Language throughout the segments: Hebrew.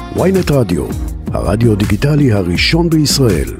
ynet רדיו, הרדיו דיגיטלי הראשון בישראל.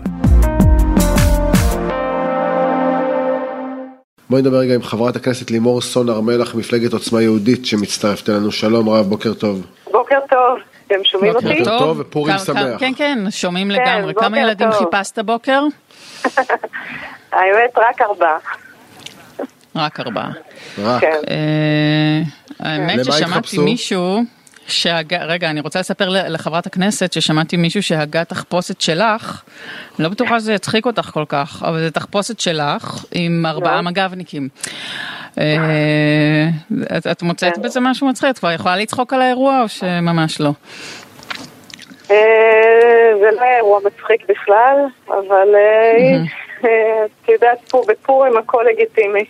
בואי נדבר רגע עם חברת הכנסת לימור סון הר מלך, מפלגת עוצמה יהודית, שמצטרפת אלינו. שלום רב, בוקר טוב. בוקר טוב, אתם שומעים אותי? בוקר טוב ופורים שמח. כן, כן, שומעים לגמרי. כמה ילדים חיפשת בוקר? האמת, רק 4. רק 4. רק. האמת ששמעתי מישהו, רגע, אני רוצה לספר לחברת הכנסת ששמעתי מישהו שהגה תחפושת שלך, לא בטוחה שזה יצחיק אותך כל כך, אבל זה תחפושת שלך עם 4 מג"בניקים. את מוצאת בזה משהו מצחיק? את כבר יכולה לצחוק על האירוע או שממש לא? זה לא אירוע מצחיק בכלל, אבל את יודעת, פה בפורים הכל לגיטימי.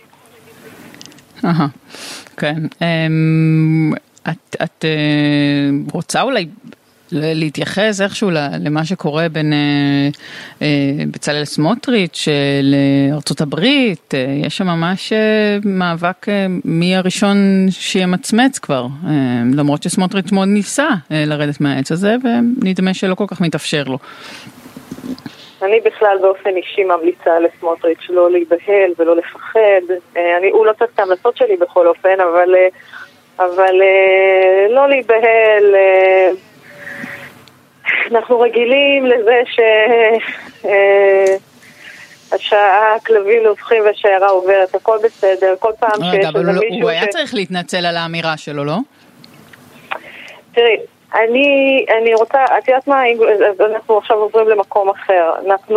כן. את רוצה אולי להתייחס איכשהו למה שקורה בין בצלאל סמוטריץ' לארצות הברית? יש שם ממש מאבק מי הראשון שימצמץ כבר, למרות שסמוטריץ' מאוד ניסה לרדת מהעץ הזה, ונדמה שלא כל כך מתאפשר לו. אני בכלל באופן אישי ממליצה לסמוטריץ' לא להיבהל ולא לפחד. הוא לא צריך את ההמלצות שלי בכל אופן, אבל לא להיבהל. אנחנו רגילים לזה שהשעה הכלבים נובחים והשיירה עוברת, הכל בסדר, כל פעם שיש איזה מישהו... הוא היה צריך להתנצל על האמירה שלו, לא? תראי, אני רוצה, את יודעת מה, אנחנו עכשיו עוברים למקום אחר.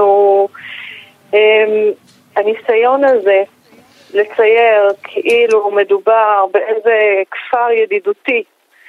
הניסיון הזה לצייר כאילו מדובר באיזה כפר ידידותי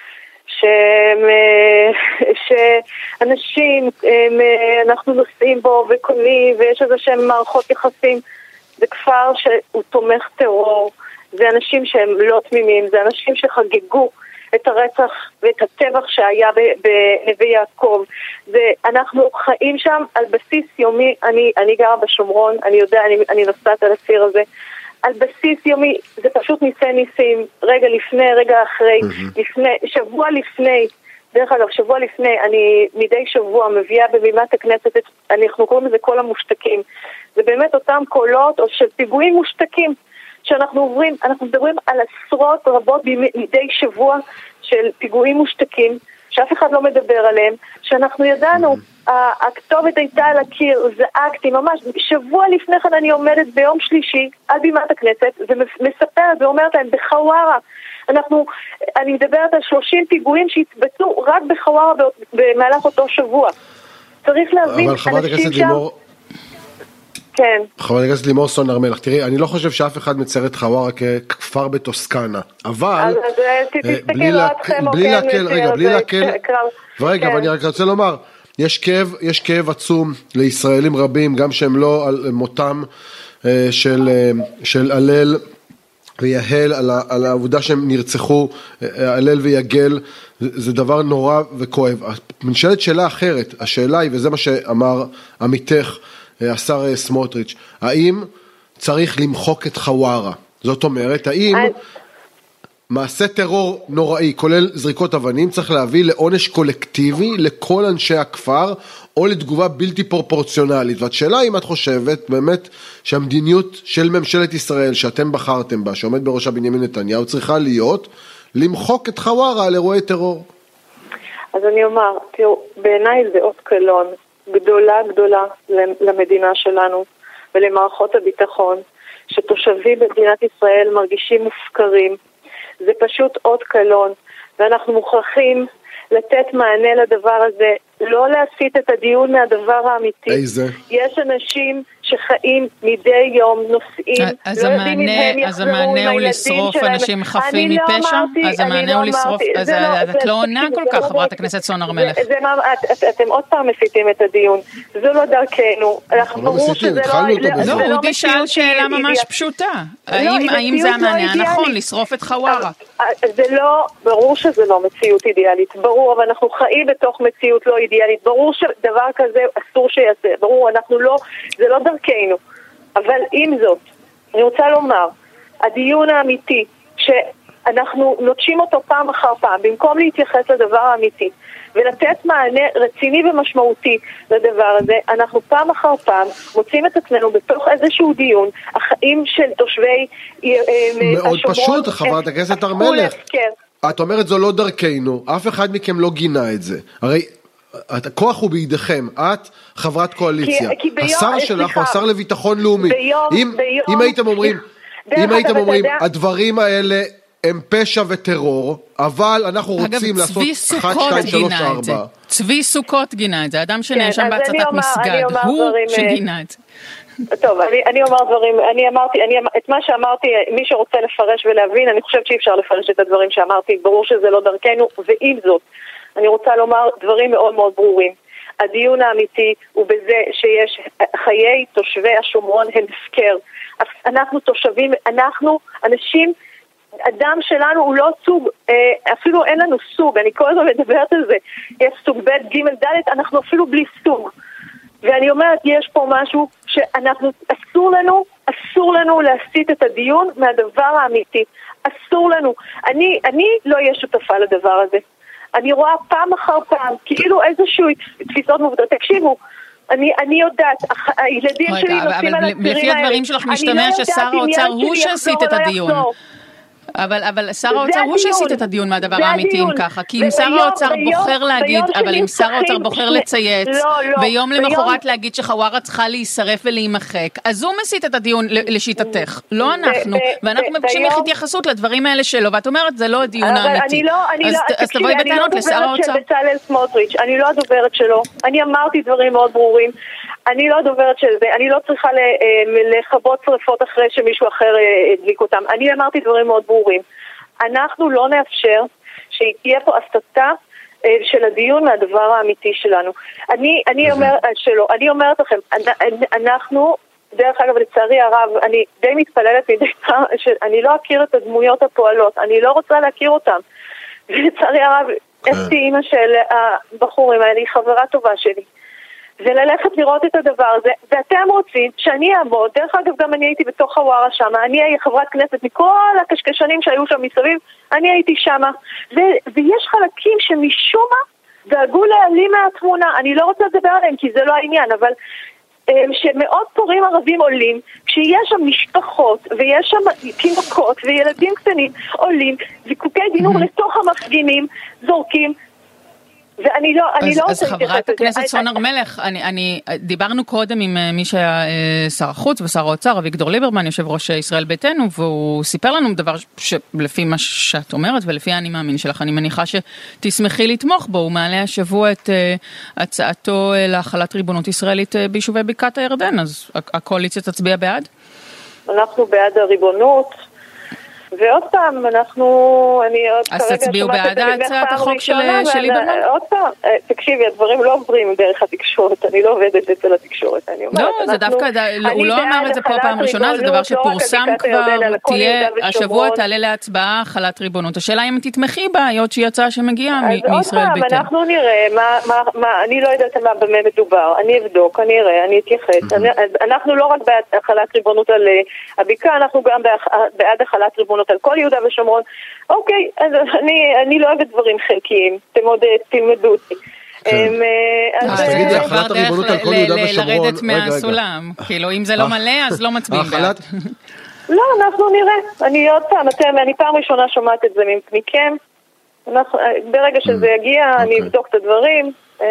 שאנשים אנחנו נוסעים בו וקונים ויש איזה שהם מערכות יחסים. זה כפר שהוא תומך טרור, זה אנשים שהם לא תמימים, זה אנשים שחגגו את הרצח ואת הטבח שהיה בנווה יעקב. אנחנו חיים שם על בסיס יומי. אני גרה בשומרון, אני יודע, אני נוסעת על הציר הזה על בסיס יומי. זה פשוט ניסים, רגע לפני, רגע אחרי, שבוע לפני. דרך אגב, שבוע לפני, אני מדי שבוע מביאה בבימת הכנסת, אנחנו קוראים לזה כל המושתקים. זה באמת אותם קולות או של פיגועים מושתקים שאנחנו עוברים. אנחנו מדברים על עשרות רבות מדי שבוע של פיגועים מושתקים שאף אחד לא מדבר עליהם, שאנחנו ידענו, הכתובת הייתה על הקיר, זעקתי ממש. שבוע לפני כן אני עומדת ביום שלישי על בימת הכנסת ומספרת ואומרת להם בחווארה, אני מדברת על 30 פיגועים שהתבצעו רק בחווארה במהלך אותו שבוע. צריך להבין, אבל חברת הכנסת לימור, כן. חברת הכנסת לימור סון הר מלך, תראי, אני לא חושב שאף אחד מצייר את חווארה ככפר בטוסקנה, אבל בלי להקל, ורגע, ואני רק רוצה לומר, יש כאב עצום לישראלים רבים, גם שהם לא על מותם של הלל ויהל, על העובדה שהם נרצחו, הלל ויגל, זה דבר נורא וכואב. נשאלת שאלה אחרת, השאלה היא, וזה מה שאמר עמיתך, השר סמוטריץ', האם צריך למחוק את חווארה? זאת אומרת, האם מעשה טרור נוראי, כולל זריקות אבנים, צריך להביא לעונש קולקטיבי לכל אנשי הכפר, או לתגובה בלתי פרופורציונלית? ואת שאלה אם את חושבת באמת שהמדיניות של ממשלת ישראל שאתם בחרתם בה, שעומד בראשה בנימין נתניהו, צריכה להיות למחוק את חווארה על אירועי טרור? אז אני אומר, תראו, בעיניי זה אות קלון גדולה למדינה שלנו ולמערכות הביטחון, שתושבים במדינת ישראל מרגישים מופקרים. זה פשוט אות קלון, ואנחנו מוכרחים לתת מענה לדבר הזה, לא להסיט את הדיון מהדבר האמיתי. איזה? יש אנשים שחיים מדי יום, נוסעים, לא יודעים אם הם יחזרו עם הילדים שלהם. אז המענה הוא לשרוף אנשים חפים מפשע? אז המענה הוא לשרוף, אז את לא עונה כל כך, חברת הכנסת סון הר מלך. אתם עוד פעם מסיתים את הדיון, זו לא דרכנו. אנחנו לא מסיתים, התחלנו אותו בזה. לא, הוא תשאל שאלה ממש פשוטה. האם זה המענה הנכון, לשרוף את חווארה? זה לא, ברור שזה לא מציאות אידיאלית, ברור, אבל אנחנו חיים בתוך מציאות לא אידיאלית, ברור שדבר כזה אסור שיעשה, ברור, אנחנו לא, זה לא דרכנו, אבל עם זאת, אני רוצה לומר, הדיון האמיתי, אנחנו נוטשים אותו פעם אחר פעם, במקום להתייחס לדבר האמיתי, ולתת מענה רציני ומשמעותי לדבר הזה, אנחנו פעם אחר פעם מוצאים את עצמנו בתוך איזשהו דיון, החיים של תושבי מאוד פשוט, חברת הכנסת הר מלך. את אומרת זו לא דרכנו, אף אחד מכם לא גינה את זה. הרי הכוח הוא בידיכם, את חברת קואליציה. השר שלך הוא השר לביטחון לאומי. אם הייתם אומרים, הדברים האלה הם פשע וטרור, אבל אנחנו רוצים לעשות 1, 2, 3, 4. צבי סוכות גינה את זה, אדם שנאשם בהצתת מסגד, הוא שגינה את זה. טוב, אני אומר דברים, אני אמרתי, את מה שאמרתי, מי שרוצה לפרש ולהבין, אני חושבת שאי אפשר לפרש את הדברים שאמרתי, ברור שזה לא דרכנו, ועם זאת, אני רוצה לומר דברים מאוד מאוד ברורים. הדיון האמיתי הוא בזה שיש חיי תושבי השומרון הם הפקר. אנחנו תושבים, אנחנו אנשים, אדם שלנו הוא לא סוג, אפילו אין לנו סוג, אני כל הזמן מדברת על זה, יש סוג ב' ג' ד', אנחנו אפילו בלי סוג. ואני אומרת, יש פה משהו שאנחנו, אסור לנו להסיט את הדיון מהדבר האמיתי. אסור לנו. אני לא אהיה שותפה לדבר הזה. אני רואה פעם אחר פעם, כאילו איזשהו תפיסות מובדות. תקשיבו, אני יודעת, הילדים שלי נוסעים על הצירים האלה. לפי הדברים שלך משתמע ששר האוצר הוא שהסיט את הדיון. אבל שר האוצר הוא שהסיט את הדיון מהדבר האמיתי אם ככה, כי אם שר האוצר בוחר להגיד, אבל אם שר האוצר בוחר לצייץ, ויום למחרת להגיד שחווארה צריכה להישרף ולהימחק, אז הוא מסיט את הדיון לשיטתך, לא אנחנו, ואנחנו מבקשים איך התייחסות לדברים האלה שלו, ואת אומרת זה לא הדיון האמיתי, אז תבואי בטענות לשר האוצר. אני לא הדוברת שלו, אני אמרתי דברים מאוד ברורים, אני לא הדוברת של זה, אני לא צריכה לחבות שריפות אחרי שמישהו אחר הדליק אותם, אני אמרתי דברים מאוד ברורים. אנחנו לא נאפשר שתהיה פה הסתה של הדיון מהדבר האמיתי שלנו. אני אומרת לכם, אנחנו, דרך אגב, לצערי הרב, אני די מתפללת מדי פעם, שאני לא אכיר את הדמויות הפועלות, אני לא רוצה להכיר אותם. ולצערי הרב, אסתי אימא של הבחורים האלה, היא חברה טובה שלי. וללכת לראות את הדבר הזה, ואתם רוצים שאני אעמוד, דרך אגב גם אני הייתי בתוך חווארה שם, אני הייתי חברת כנסת מכל הקשקשנים שהיו שם מסביב, אני הייתי שם, ויש חלקים שמשום מה דאגו להעלים מהתמונה, אני לא רוצה לדבר עליהם כי זה לא העניין, אבל שמאות פורעים ערבים עולים, כשיש שם משפחות ויש שם תינוקות וילדים קטנים עולים, זיקוקי דינור לתוך המפגינים, זורקים, ואני לא אז חברת הכנסת סון הר מלך, דיברנו קודם עם מי שהיה שר החוץ ושר האוצר, אביגדור ליברמן, יושב ראש ישראל ביתנו, והוא סיפר לנו דבר שלפי מה שאת אומרת ולפי אני מאמין שלך, אני מניחה שתשמחי לתמוך בו, הוא מעלה השבוע את הצעתו להחלת ריבונות ישראלית ביישובי בקעת הירדן, אז הקואליציה תצביע בעד? אנחנו בעד הריבונות, ועוד פעם, אז תצביעו בעד הצעת החוק של ליברמן? עוד פעם, תקשיבי, הדברים לא עוברים דרך התקשורת, אני לא עובדת אצל התקשורת, אני אומרת. לא, זה דווקא, הוא לא אמר את זה פה פעם ראשונה, זה דבר שפורסם כבר, השבוע תעלה להצבעה החלת ריבונות. השאלה אם תתמכי בה, היות שהיא הצעה שמגיעה מישראל ביתנו. עוד פעם, אנחנו נראה, אני לא יודעת מה במה מדובר, אני אבדוק, אני אראה, אני אתייחס. אנחנו לא רק בעד החלת ריבונות על הבקעה, אנחנו גם בעד החלת ריבונות על כל יהודה ושומרון. אוקיי, אז אני לא אוהבת דברים חלקיים, אתם עוד תלמדו אותי. אז תגידי, החלת הריבונות על כל יהודה ושומרון, לרדת מהסולם, כאילו אם זה לא מלא אז לא מצביעים בעד. לא, אנחנו נראה, אני עוד פעם, אני פעם ראשונה שומעת את זה מכם, ברגע שזה יגיע אני אבדוק את הדברים,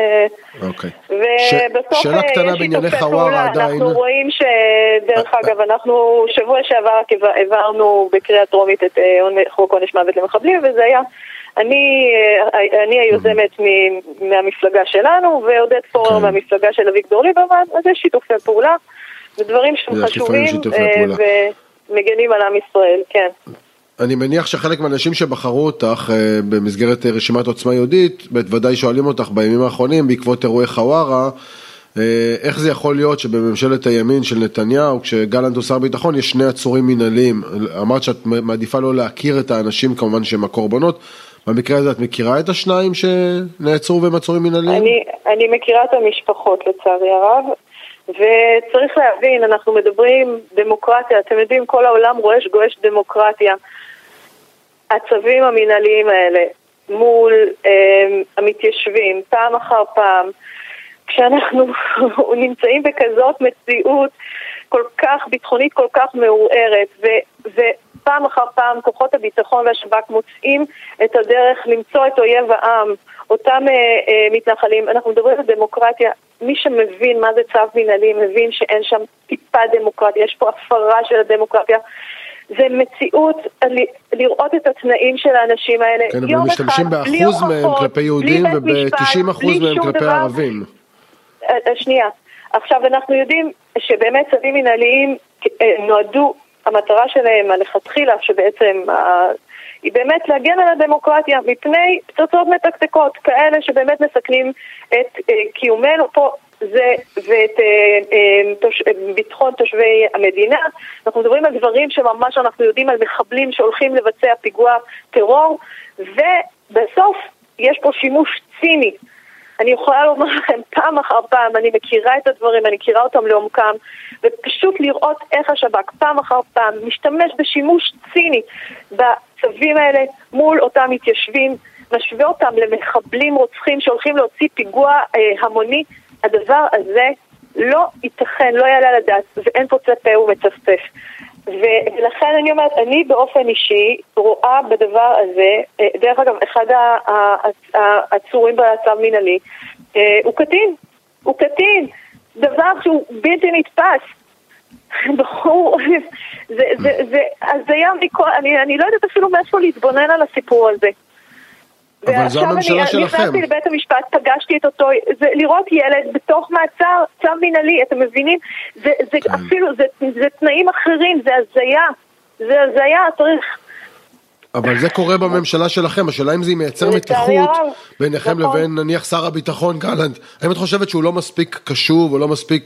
ובסוף יש שיתופי פעולה, אנחנו רואים שדרך אגב, אנחנו שבוע שעבר העברנו בקריאה טרומית את חוק עונש מוות למחבלים, וזה היה, אני היוזמת מהמפלגה שלנו, ועודד פורר מהמפלגה של אביגדור ליברמן, אז יש שיתופי פעולה, ודברים שהם חשובים ומגנים על עם ישראל, כן. אני מניח שחלק מהאנשים שבחרו אותך במסגרת רשימת עוצמה יהודית, בוודאי שואלים אותך בימים האחרונים בעקבות אירועי חווארה, איך זה יכול להיות שבממשלת הימין של נתניהו, כשגלנט הוא שר ביטחון, יש שני עצורים מנהליים. אמרת שאת מעדיפה לא להכיר את האנשים כמובן שהם הקורבנות, במקרה הזה את מכירה את השניים שנעצרו והם עצורים מנהליים? אני מכירה את המשפחות לצערי הרב, וצריך להבין, אנחנו מדברים דמוקרטיה, אתם יודעים, כל העולם רועש גועש דמוקרטיה. הצווים המנהליים האלה מול המתיישבים פעם אחר פעם, כשאנחנו נמצאים בכזאת מציאות כל כך ביטחונית, כל כך מעורערת, ופעם אחר פעם כוחות הביטחון והשב"כ מוצאים את הדרך למצוא את אויב העם, אותם מתנחלים. אנחנו מדברים על דמוקרטיה, מי שמבין מה זה צו מנהלי מבין שאין שם טיפה דמוקרטיה, יש פה הפרה של הדמוקרטיה. זה מציאות לראות את התנאים של האנשים האלה. כן, אבל משתמשים באחוז מהם כלפי יהודים וב-90% מהם כלפי ערבים. שנייה, עכשיו אנחנו יודעים שבאמת צווים מנהליים נועדו, המטרה שלהם הלכתחילה שבעצם היא באמת להגן על הדמוקרטיה מפני פצצות מתקתקות כאלה שבאמת מסכנים את קיומנו פה ואת ביטחון תושבי המדינה. אנחנו מדברים על דברים שממש אנחנו יודעים על מחבלים שהולכים לבצע פיגוע טרור, ובסוף יש פה שימוש ציני. אני יכולה לומר לכם פעם אחר פעם, אני מכירה את הדברים, אני מכירה אותם לעומקם, ופשוט לראות איך השב"כ פעם אחר פעם משתמש בשימוש ציני בצווים האלה מול אותם מתיישבים, משווה אותם למחבלים רוצחים שהולכים להוציא פיגוע המוני. הדבר הזה לא ייתכן, לא יעלה לדעת, ואין פה צפה ומצפצף. ולכן אני אומרת, אני באופן אישי רואה בדבר הזה, דרך אגב, אחד העצורים בצו מנהלי, הוא קטין, דבר שהוא בלתי נתפס. ברור, זה הזיה מכל, אני לא יודעת אפילו מאיפה להתבונן על הסיפור הזה. אבל זו הממשלה שלכם. נכנסתי לבית המשפט, פגשתי את אותו, לראות ילד בתוך מעצר, צו מנהלי, אתם מבינים? זה אפילו, זה תנאים אחרים, זה הזיה, צריך. אבל זה קורה בממשלה שלכם, השאלה אם זה מייצר מתיחות ביניכם לבין נניח שר הביטחון גלנט. האם את חושבת שהוא לא מספיק קשוב, או לא מספיק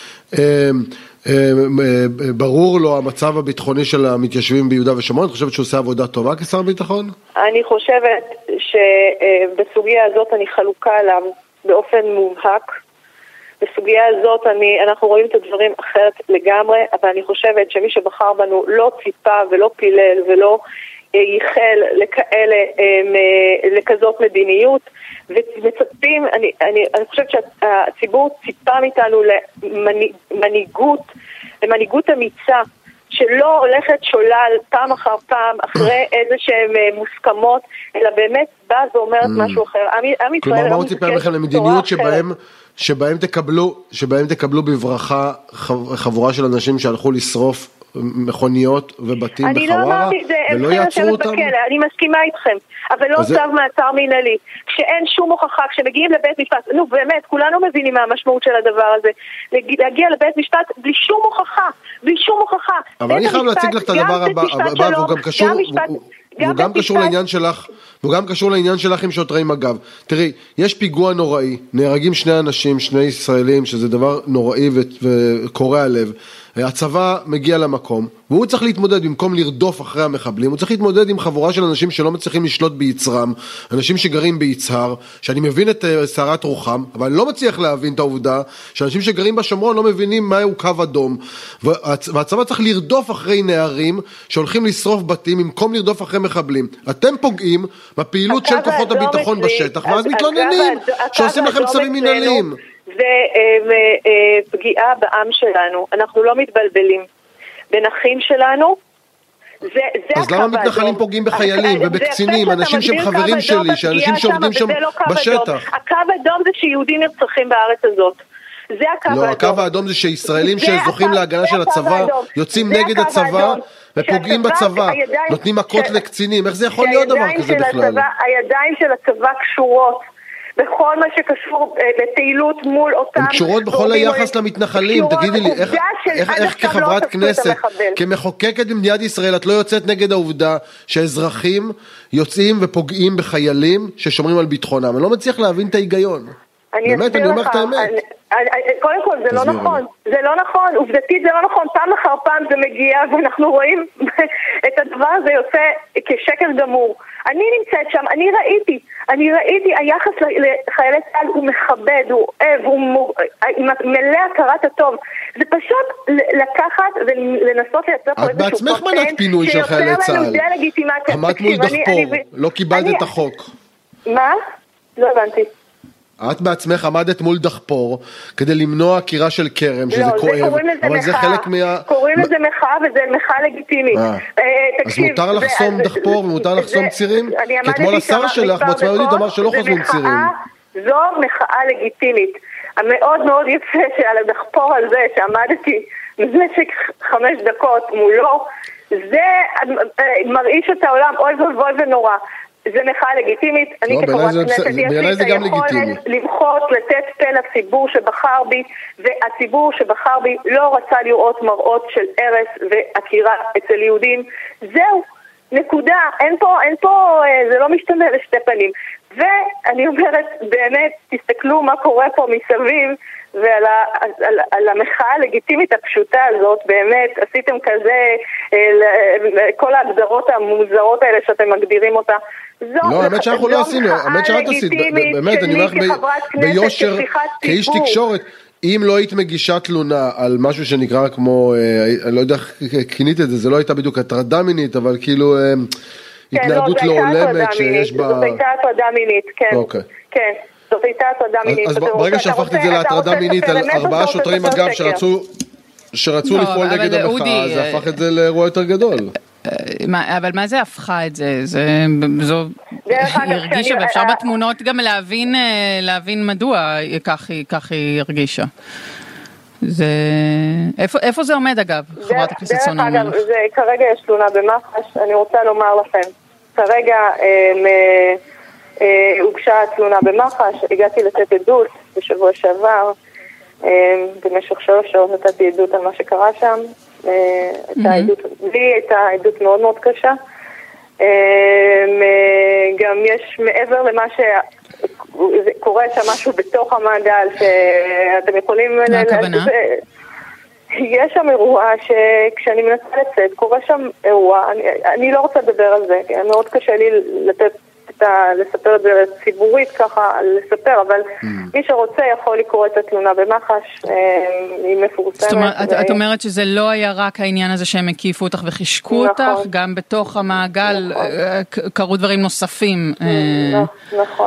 ברור לו המצב הביטחוני של המתיישבים ביהודה ושומרון? את חושבת שהוא עושה עבודה טובה כשר ביטחון? אני חושבת שבסוגיה הזאת אני חלוקה עליו באופן מובהק. בסוגיה הזאת אנחנו רואים את הדברים אחרת לגמרי, אבל אני חושבת שמי שבחר בנו לא ציפה ולא פילל ולא ייחל לכזאת מדיניות, ומצפים, אני חושבת שהציבור ציפה מאיתנו למנהיגות אמיצה, שלא הולכת שולל פעם אחר פעם אחרי איזה שהן מוסכמות, אלא באמת באה ואומרת משהו אחר. כלומר, מה הוא ציפה לכם למדיניות שבהם תקבלו בברכה חבורה של אנשים שהלכו לשרוף מכוניות ובתים בחווארה ולא יעצרו אותם? אני מסכימה איתכם, אבל לא צו מעצר מנהלי, כשאין שום הוכחה, כשמגיעים לבית משפט, נו באמת, כולנו מבינים מה המשמעות של הדבר הזה, להגיע לבית משפט בלי שום הוכחה. אבל אני חייב להציג לך את הדבר הבא, והוא גם קשור לעניין שלך, והוא גם קשור לעניין שלך עם שוטרי מג"ב. תראי, יש פיגוע נוראי, נהרגים שני אנשים, שני ישראלים, שזה דבר נוראי וקורע הלב. הצבא מגיע למקום, והוא צריך להתמודד, במקום לרדוף אחרי המחבלים, הוא צריך להתמודד עם חבורה של אנשים שלא מצליחים לשלוט ביצרם, אנשים שגרים ביצהר, שאני מבין את סערת רוחם, אבל אני לא מצליח להבין את העובדה שאנשים שגרים בשומרון לא מבינים מהו קו אדום, והצבא צריך לרדוף אחרי נערים שהולכים לשרוף בתים, במקום לרדוף אחרי מחבלים. אתם פוגעים בפעילות של כוחות הביטחון בשטח, ואז מתלוננים שעושים לכם צווים מנהליים. זה פגיעה בעם שלנו, אנחנו לא מתבלבלים בין אחים שלנו. אז למה מתנחלים פוגעים בחיילים ובקצינים, אנשים שהם חברים שלי, שאנשים שעובדים שם בשטח? הקו האדום זה שיהודים נרצחים בארץ הזאת, זה הקו האדום. לא, הקו האדום זה שישראלים שזוכים להגנה של הצבא יוצאים נגד הצבא ופוגעים בצבא, נותנים מכות לקצינים. איך זה יכול להיות דבר כזה בכלל? הידיים של הצבא קשורות בכל מה שקשור לפעילות מול אותם... הן קשורות בכל היחס למתנחלים. תגידי לי, איך כחברת כנסת, כמחוקקת במדינת ישראל, את לא יוצאת נגד העובדה שאזרחים יוצאים ופוגעים בחיילים ששומרים על ביטחונם? אני לא מצליח להבין את ההיגיון. באמת, אני אומר את האמת. קודם כל, זה לא נכון. זה לא נכון. עובדתית זה לא נכון. פעם אחר פעם זה מגיע, ואנחנו רואים את הדבר הזה יוצא כשקר גמור. אני נמצאת שם, אני ראיתי, היחס לחיילי צה"ל הוא מכבד, הוא אוהב, הוא מלא הכרת הטוב. זה פשוט לקחת ולנסות לייצר פה את בעצמך מנעת פינוי של חיילי צה"ל. עמדת מול דחפור, לא קיבלת את החוק. מה? לא הבנתי. את בעצמך עמדת מול דחפור כדי למנוע עקירה של כרם, שזה כואב, אבל זה חלק מה... קוראים לזה מחאה וזה מחאה לגיטימית. אז מותר לחסום דחפור ומותר לחסום צירים? כי אתמול השר שלך בעוצמה יהודית אמר שלא חוסמים צירים. זו מחאה לגיטימית. המאוד מאוד יפה שעל הדחפור הזה שעמדתי במשך 5 דקות מולו, זה מרעיש את העולם, אוי ואבוי ונורא. זה מחאה לגיטימית, אני כחברת כנסת יש לי את היכולת למחות, לתת פה לציבור שבחר בי, והציבור שבחר בי לא רצה לראות מראות של הרס ועקירה אצל יהודים. זהו, נקודה, אין פה, זה לא משתנה לשתי פנים. ואני אומרת, באמת, תסתכלו מה קורה פה מסביב, ועל המחאה הלגיטימית הפשוטה הזאת, באמת, עשיתם כזה, כל ההגדרות המוזרות האלה שאתם מגדירים אותה. לא, האמת שאנחנו לא עשינו, האמת שאת עשית, באמת, אני אומר לך ביושר, כאיש תקשורת, אם לא היית מגישה תלונה על משהו שנקרא כמו, אני לא יודע איך כינית את זה, זה לא הייתה בדיוק הטרדה מינית, אבל כאילו התנהגות לא הולמת שיש בה... זאת הייתה הטרדה מינית, כן. כן. זאת הייתה הטרדה מינית. אז ברגע שהפכת את זה להטרדה מינית על 4 שוטרים אגב שרצו לפעול נגד המחאה, זה הפך את זה לאירוע יותר גדול. אבל מה זה הפכה את זה? זו הרגישה, ואפשר בתמונות גם להבין מדוע כך היא הרגישה. איפה זה עומד אגב, חברת הכנסת סונא מלך? כרגע יש תלונה במח"ש, אני רוצה לומר לכם, כרגע הוגשה תלונה במח"ש, הגעתי לתת עדות בשבוע שעבר, במשך 3 שעות נתתי עדות על מה שקרה שם, לי הייתה עדות מאוד מאוד קשה, גם יש מעבר למה שקורה שם משהו בתוך המעגל שאתם יכולים... מה הכוונה? יש שם אירוע שכשאני מנסה לצאת, קורה שם אירוע, אני לא רוצה לדבר על זה, מאוד קשה לי לספר את זה ציבורית ככה, לספר, אבל מי שרוצה יכול לקרוא את התלונה במח"ש, היא מפורסמת. זאת אומרת, את אומרת שזה לא היה רק העניין הזה שהם הקיפו אותך וחישקו אותך, גם בתוך המעגל קרו דברים נוספים. נכון.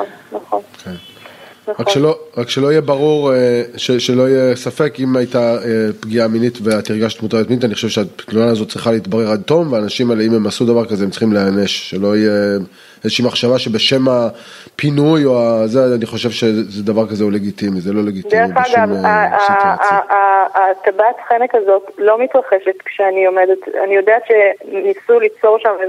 רק שלא יהיה ברור, שלא יהיה ספק, אם הייתה פגיעה מינית ואת הרגשת מוטרדת מינית, אני חושב שהתלונה הזאת צריכה להתברר עד תום, ואנשים האלה, אם הם עשו דבר כזה, הם צריכים להיענש, שלא יהיה איזושהי מחשבה שבשם הפינוי, או זה, אני חושב שזה דבר כזה הוא לגיטימי, זה לא לגיטימי בשום סיטואציה. הטבעת חנק הזאת לא מתרחשת כשאני עומדת, אני יודעת שניסו ליצור שם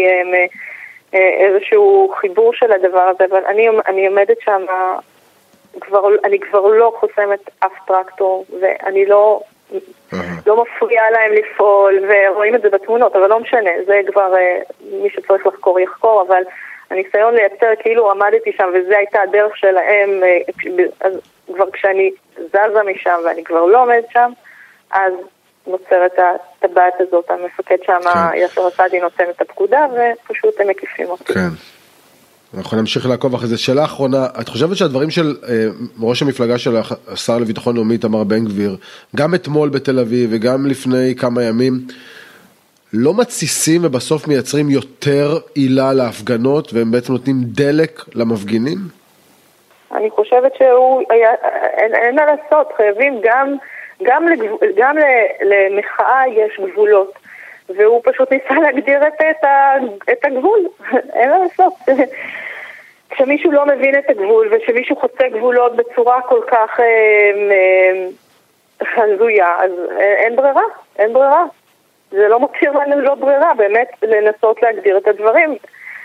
איזשהו חיבור של הדבר הזה, אבל אני עומדת שם, אני כבר לא חוסמת אף טרקטור, ואני לא מפריעה להם לפעול, ורואים את זה בתמונות, אבל לא משנה, זה כבר מי שצריך לחקור יחקור, אבל הניסיון לייצר כאילו עמדתי שם, וזה הייתה הדרך שלהם, אז כבר כשאני זזה משם ואני כבר לא עומדת שם, אז נוצרת הטבעת הזאת, המפקד שם, יאסר אסדי נותן את הפקודה, ופשוט הם מקיפים אותי. כן. אנחנו נמשיך לעקוב אחרי זה. שאלה אחרונה, את חושבת שהדברים של ראש המפלגה של השר לביטחון לאומי, איתמר בן גביר, גם אתמול בתל אביב וגם לפני כמה ימים, לא מתסיסים ובסוף מייצרים יותר עילה להפגנות, והם בעצם נותנים דלק למפגינים? אני חושבת אין מה לעשות, חייבים גם למחאה יש גבולות, והוא פשוט ניסה להגדיר את הגבול, אין מה לעשות. כשמישהו לא מבין את הגבול, ושמישהו חוצה גבולות בצורה כל כך חזויה, אז אין ברירה. זה לא מכשיר לנו לא ברירה, באמת לנסות להגדיר את הדברים.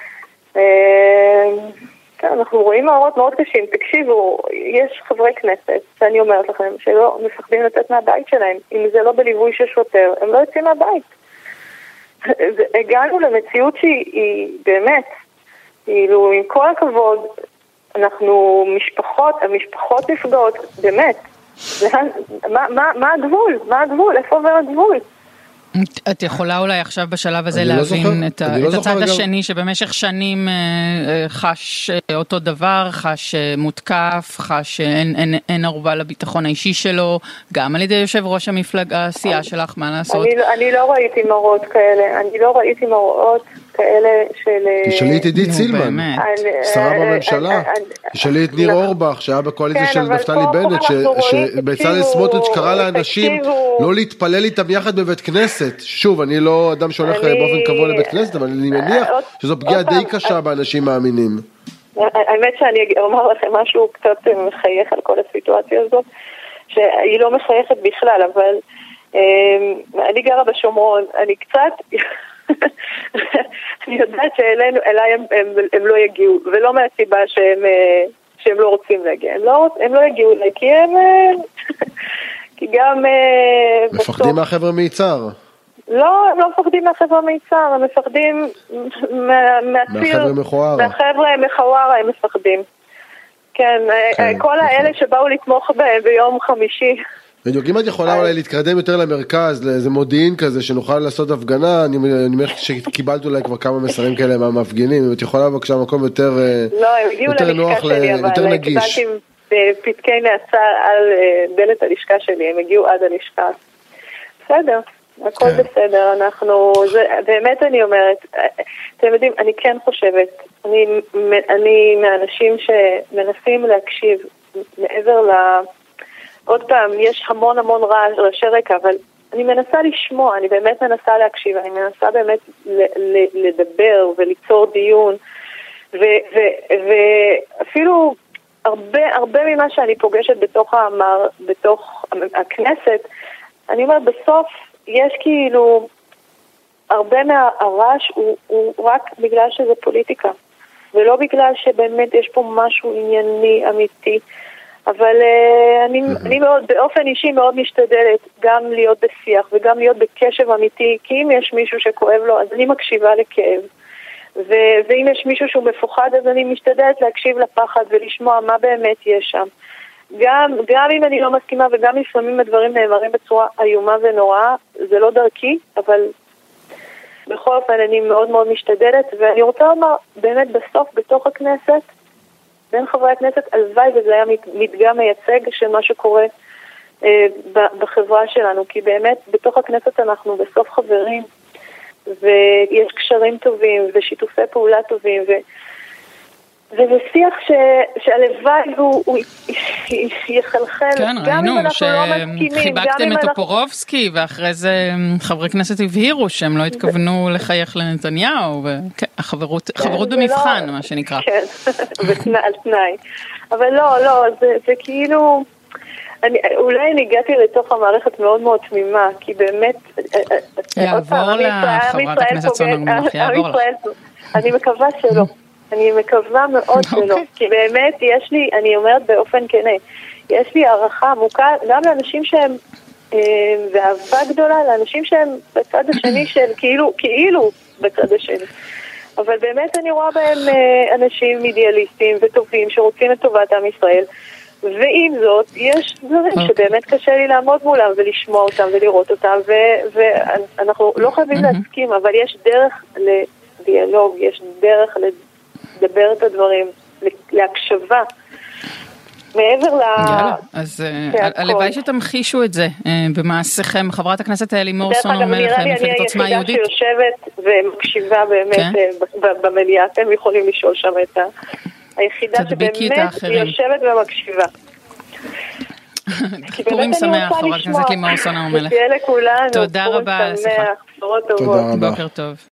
כן, אנחנו רואים מאורות מאוד קשים. תקשיבו, יש חברי כנסת, שאני אומרת לכם, שלא מפחדים לצאת מהבית שלהם. אם זה לא בליווי של שוטר, הם לא יוצאים מהבית. הגענו למציאות שהיא באמת, כאילו, עם כל הכבוד, אנחנו המשפחות נפגעות, באמת. מה הגבול? מה הגבול? איפה עובר הגבול? את יכולה אולי עכשיו בשלב הזה להבין את הצד השני שבמשך שנים חש אותו דבר, חש מותקף, חש אין ערובה לביטחון האישי שלו, גם על ידי יושב ראש המפלגה, הסיעה שלך, מה לעשות? אני לא ראיתי מראות כאלה, תשאלי את עידית סילמן, שרה בממשלה, תשאלי את ניר אורבך שהיה בקואליציה של נפתלי בנט, שבצלאל סמוטריץ' קרא לאנשים לא להתפלל איתם יחד בבית כנסת. שוב, אני לא אדם שהולך באופן קבוע לבית כנסת, אבל אני מניח שזו פגיעה די קשה באנשים מאמינים. האמת שאני אומר לכם משהו קצת מחייך על כל הסיטואציה הזאת, שהיא לא מחייכת בכלל, אבל אני גרה בשומרון, אני קצת אני יודעת שאליי הם לא יגיעו, ולא מהסיבה שהם לא רוצים להגיע, הם לא יגיעו אליי, כי גם מפחדים מהחבר'ה מיצר. לא, הם לא מפחדים מהחבר'ה מיצר, הם מפחדים מהחבר'ה מחוארה. מהחבר'ה מחוארה הם מפחדים. כן, כל האלה שבאו לתמוך בהם ביום חמישי. בדיוק, אם את יכולה אולי להתקדם יותר למרכז, לאיזה מודיעין כזה, שנוכל לעשות הפגנה, אני אומר שקיבלת אולי כבר כמה מסרים כאלה מהמפגינים, אם את יכולה בבקשה מקום יותר נוח, יותר נגיש. קיבלתי פתקי נאצה על דלת הלשכה שלי, הם הגיעו עד הלשכה. בסדר, הכל בסדר, באמת אני אומרת, אתם יודעים, אני כן חושבת, אני מהאנשים שמנסים להקשיב מעבר עוד פעם, יש המון רעשי רקע, אבל אני מנסה לשמוע, אני באמת מנסה להקשיב, אני מנסה באמת לדבר וליצור דיון, ואפילו הרבה ממה שאני פוגשת בתוך הכנסת, אני אומרת, בסוף יש כאילו, הרבה מהרעש הוא רק בגלל שזה פוליטיקה, ולא בגלל שבאמת יש פה משהו ענייני, אמיתי, אבל אני מאוד, באופן אישי מאוד משתדלת גם להיות בשיח וגם להיות בקשב אמיתי, כי אם יש מישהו שכואב לו, אז אני מקשיבה לכאב. ואם יש מישהו שהוא מפוחד, אז אני משתדלת להקשיב לפחד ולשמוע מה באמת יש שם. גם אם אני לא מסכימה וגם לפעמים הדברים נאמרים בצורה איומה ונוראה, זה לא דרכי, אבל בכל אופן אני מאוד מאוד משתדלת, ואני רוצה לומר, באמת בסוף, בתוך הכנסת, בין חברי הכנסת, הלוואי וזה היה מדגם מייצג של מה שקורה בחברה שלנו, כי באמת בתוך הכנסת אנחנו בסוף חברים, ויש קשרים טובים, ושיתופי פעולה טובים, וזה שיח שהלוואי הוא יחלחל, כן, גם אם אנחנו לא מסכימים, חיבקתם את טופורובסקי, ואחרי זה חברי כנסת הבהירו שהם לא התכוונו לחייך לנתניהו, חברות במבחן, מה שנקרא. כן, על תנאי. אבל לא, זה כאילו, אולי אני הגעתי לתוך המערכת מאוד מאוד תמימה, כי באמת, יעבור לחברת הכנסת סונר מלך, יעבור לך. אני מקווה שלא. אני מקווה מאוד שלא, כי באמת יש לי, אני אומרת באופן כנה, יש לי הערכה עמוקה גם לאנשים שהם, ואהבה גדולה לאנשים שהם בצד השני של כאילו בצד השני. אבל באמת אני רואה בהם אנשים אידיאליסטים וטובים שרוצים את טובת עם ישראל, ועם זאת יש דברים שבאמת קשה לי לעמוד מולם ולשמוע אותם ולראות אותם, ואנחנו לא חייבים להסכים, אבל יש דרך לדיאלוג, יש דרך לדבר את הדברים, להקשבה. מעבר אז הלוואי שתמחישו את זה במעשיכם. חברת הכנסת לימור סון הר מלך, מפלגת עוצמה יהודית. אני שיושבת ומקשיבה באמת במליאה, אתם יכולים לשאול שם את היחידה שבאמת יושבת ומקשיבה. פורים שמח, חברת הכנסת לימור סון הר מלך. שיהיה לכולנו. תודה רבה. בשורות טובות. בוקר טוב.